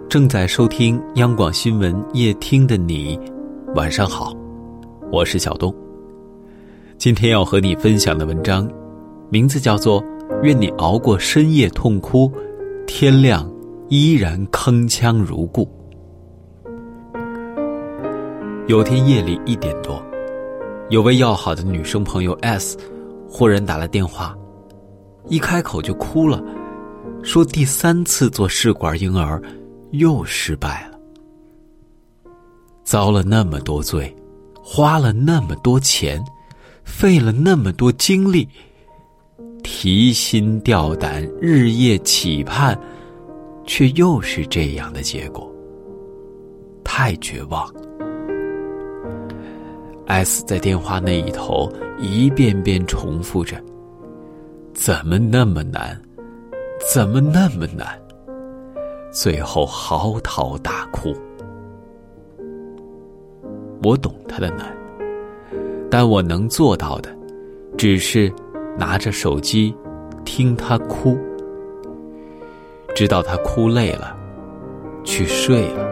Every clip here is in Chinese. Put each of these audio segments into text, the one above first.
正在收听央广新闻夜听的你，晚上好，我是小东。今天要和你分享的文章名字叫做愿你熬过深夜痛哭，天亮依然铿锵如故。有天夜里1点多，有位要好的女生朋友 S 忽然打了电话，一开口就哭了，说第3次做试管婴儿又失败了，遭了那么多罪，花了那么多钱，费了那么多精力，提心吊胆，日夜期盼，却又是这样的结果，太绝望了。S 在电话那一头一遍遍重复着，怎么那么难，怎么那么难，最后嚎啕大哭。我懂他的难，但我能做到的只是拿着手机听他哭，直到他哭累了去睡了。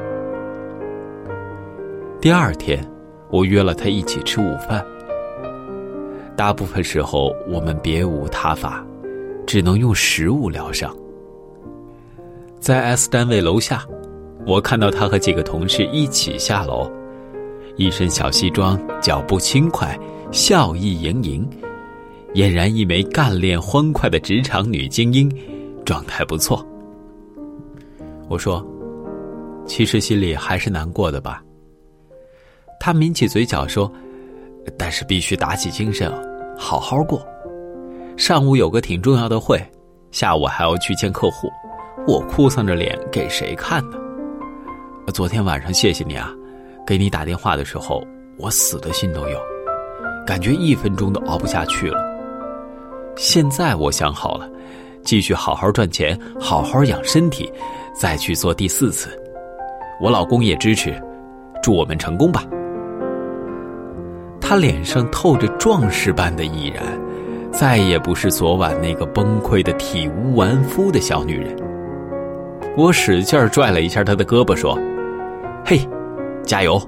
第2天我约了他一起吃午饭，大部分时候我们别无他法，只能用食物疗伤。在 S 单位楼下，我看到他和几个同事一起下楼，一身小西装，脚步轻快，笑意盈盈，俨然一枚干练欢快的职场女精英，状态不错。我说，其实心里还是难过的吧。他抿起嘴角说，但是必须打起精神好好过。上午有个挺重要的会，下午还要去见客户，我哭丧着脸给谁看呢？昨天晚上谢谢你啊，给你打电话的时候我死的心都有，感觉1分钟都熬不下去了。现在我想好了，继续好好赚钱，好好养身体，再去做第4次。我老公也支持，祝我们成功吧。他脸上透着壮士般的毅然，再也不是昨晚那个崩溃的体无完肤的小女人。我使劲拽了一下她的胳膊说，嘿，加油。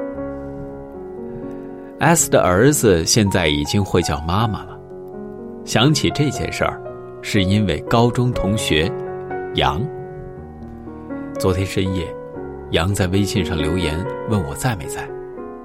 S 的儿子现在已经会叫妈妈了。想起这件事儿，是因为高中同学杨。昨天深夜，杨在微信上留言问我在没在。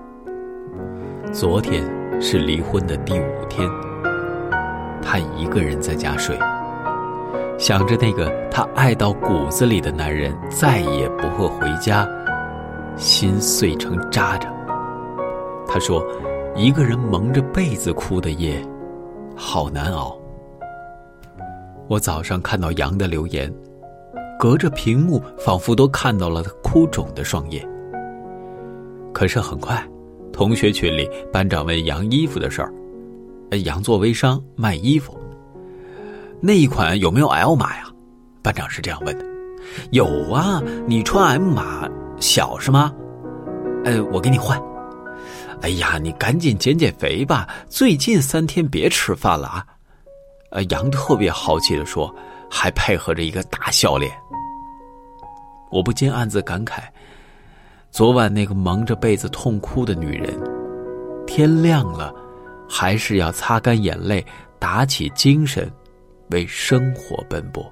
昨天是离婚的第5天，他一个人在家睡，想着那个他爱到骨子里的男人再也不会回家，心碎成渣渣。他说，一个人蒙着被子哭的夜好难熬。我早上看到杨的留言，隔着屏幕仿佛都看到了他哭肿的双眼。可是很快，同学群里班长问杨衣服的事儿，杨做微商卖衣服，那一款有没有 L 码呀？班长是这样问的。有啊，你穿 M 码小是吗？我给你换。哎呀，你赶紧减肥吧，最近3天别吃饭了啊。杨特别好奇地说，还配合着一个大笑脸。我不禁暗自感慨，昨晚那个蒙着被子痛哭的女人，天亮了还是要擦干眼泪，打起精神为生活奔波。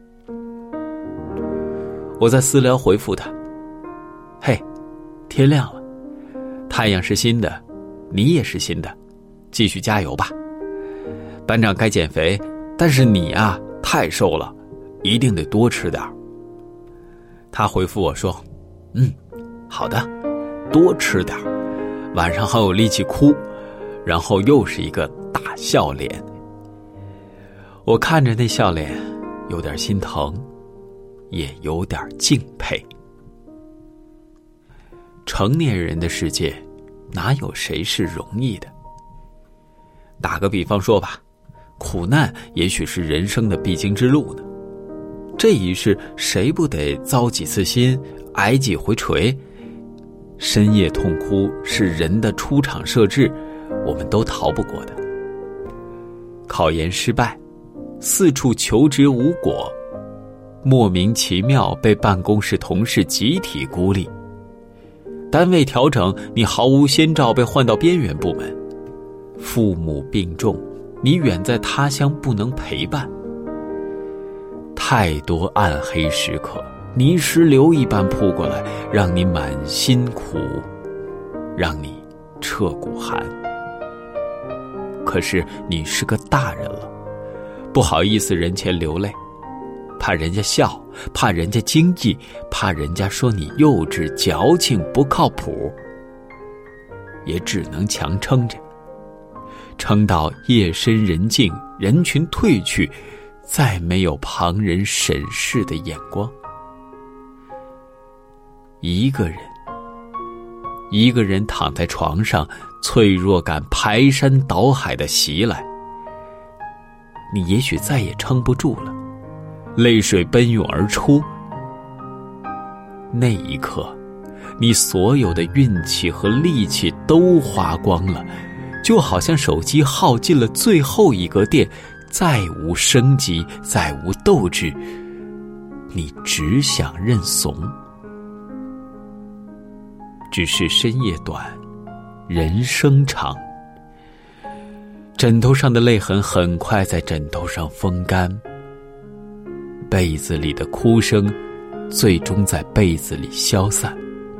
我在私聊回复他，嘿，天亮了，太阳是新的，你也是新的，继续加油吧。班长该减肥，但是你啊太瘦了，一定得多吃点。他回复我说，好的，多吃点，晚上还有力气哭。然后又是一个大笑脸。我看着那笑脸，有点心疼，也有点敬佩。成年人的世界，哪有谁是容易的？打个比方说吧，苦难也许是人生的必经之路呢。这一世谁不得遭几次心，挨几回锤？深夜痛哭是人的出场设置，我们都逃不过的。考研失败，四处求职无果， 莫名其妙被办公室同事集体孤立；单位调整，你毫无先兆被换到边缘部门；父母病重，你远在他乡不能陪伴。太多暗黑时刻，泥石流一般扑过来，让你满心苦，让你彻骨寒。可是你是个大人了，不好意思人前流泪，怕人家笑，怕人家惊异，怕人家说你幼稚矫情不靠谱，也只能强撑着，撑到夜深人静，人群退去，再没有旁人审视的眼光。一个人躺在床上，脆弱感排山倒海地袭来，你也许再也撑不住了，泪水奔涌而出。那一刻，你所有的运气和力气都花光了，就好像手机耗尽了最后一格电，再无生机，再无斗志，你只想认怂。只是深夜短，人生长。枕头上的泪痕很快在枕头上风干，被子里的哭声最终在被子里消散。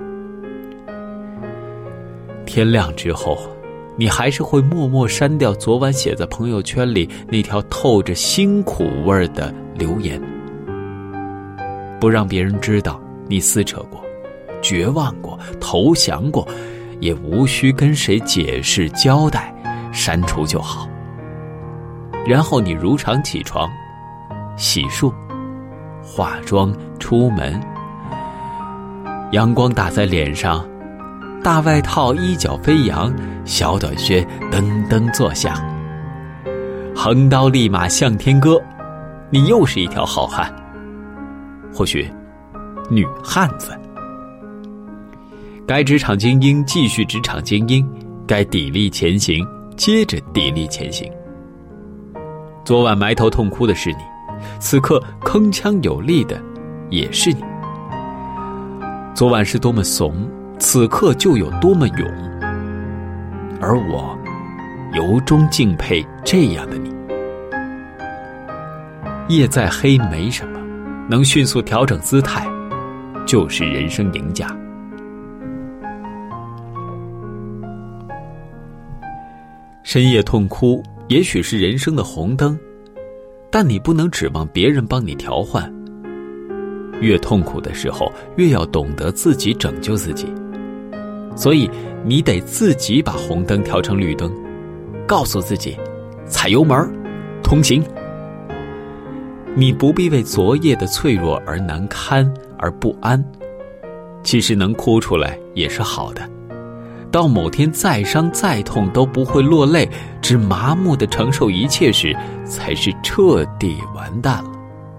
天亮之后，你还是会默默删掉昨晚写在朋友圈里那条透着辛苦味的留言，不让别人知道你撕扯过，绝望过，投降过，也无需跟谁解释交代，删除就好。然后你如常起床，洗漱，化妆，出门。阳光打在脸上，大外套衣角飞扬，小短靴噔噔作响。横刀立马向天歌，你又是一条好汉，或许女汉子。该职场精英继续职场精英，该砥砺前行接着砥砺前行。昨晚埋头痛哭的是你，此刻铿锵有力的也是你。昨晚是多么怂，此刻就有多么勇。而我由衷敬佩这样的你。夜再黑没什么，能迅速调整姿态，就是人生赢家。深夜痛哭也许是人生的红灯，但你不能指望别人帮你调换。越痛苦的时候，越要懂得自己拯救自己。所以你得自己把红灯调成绿灯，告诉自己踩油门通行。你不必为昨夜的脆弱而难堪而不安，其实能哭出来也是好的。到某天再伤再痛都不会落泪，只麻木地承受一切时，才是彻底完蛋了。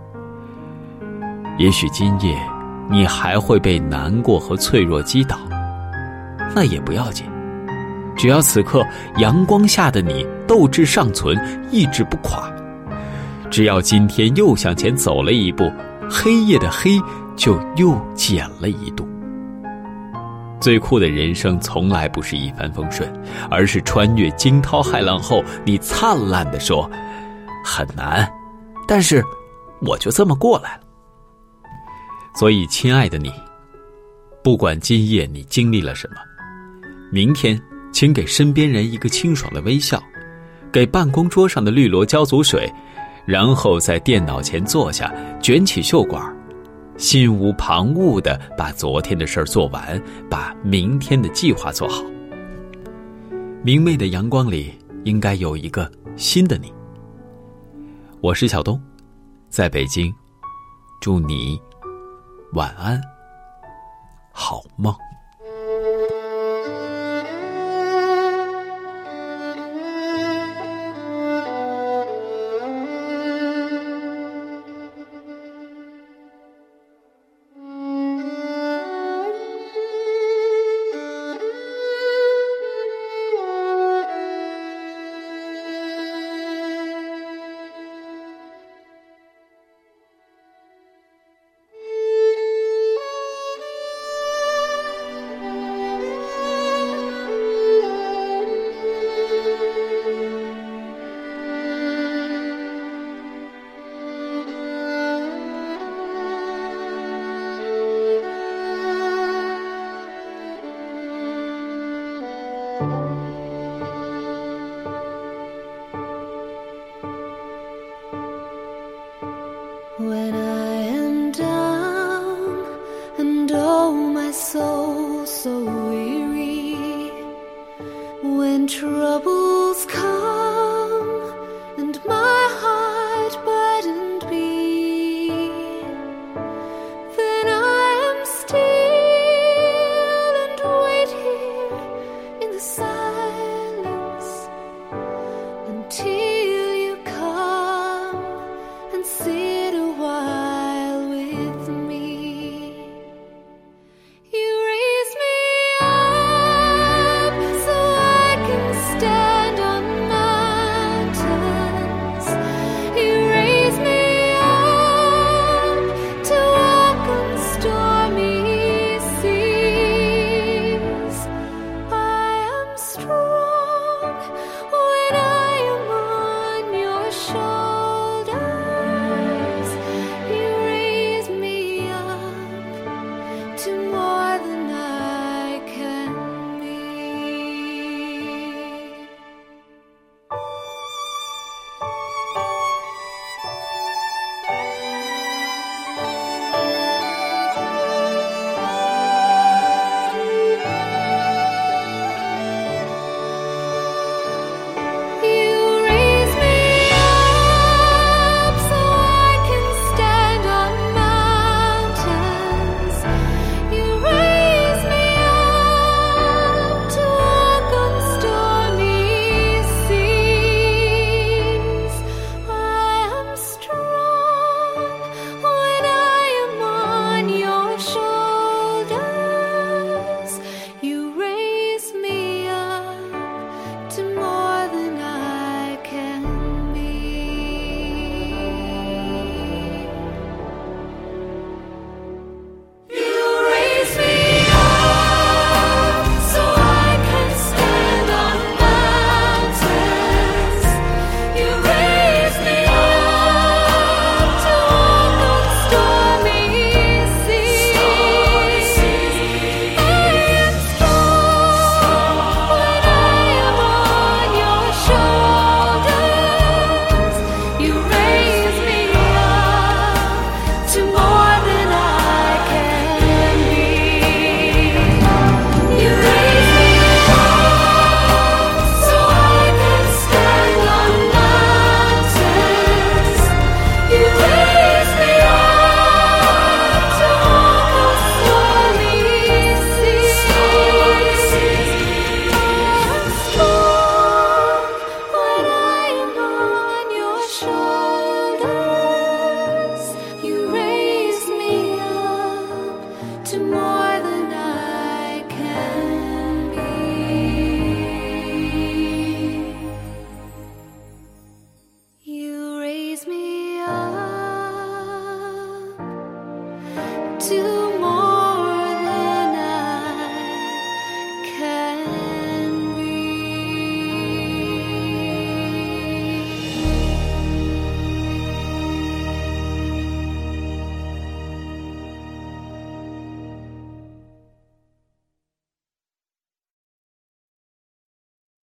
也许今夜你还会被难过和脆弱击倒，那也不要紧，只要此刻阳光下的你斗志尚存，意志不垮，只要今天又向前走了一步，黑夜的黑就又减了一度。最酷的人生从来不是一帆风顺，而是穿越惊涛骇浪后，你灿烂地说，很难，但是我就这么过来了。所以亲爱的你，不管今夜你经历了什么，明天请给身边人一个清爽的微笑，给办公桌上的绿萝浇足水，然后在电脑前坐下，卷起袖管，心无旁骛地把昨天的事儿做完，把明天的计划做好。明媚的阳光里应该有一个新的你。我是小东，在北京，祝你晚安，好梦。 When I am down and oh my soul so weary, when trouble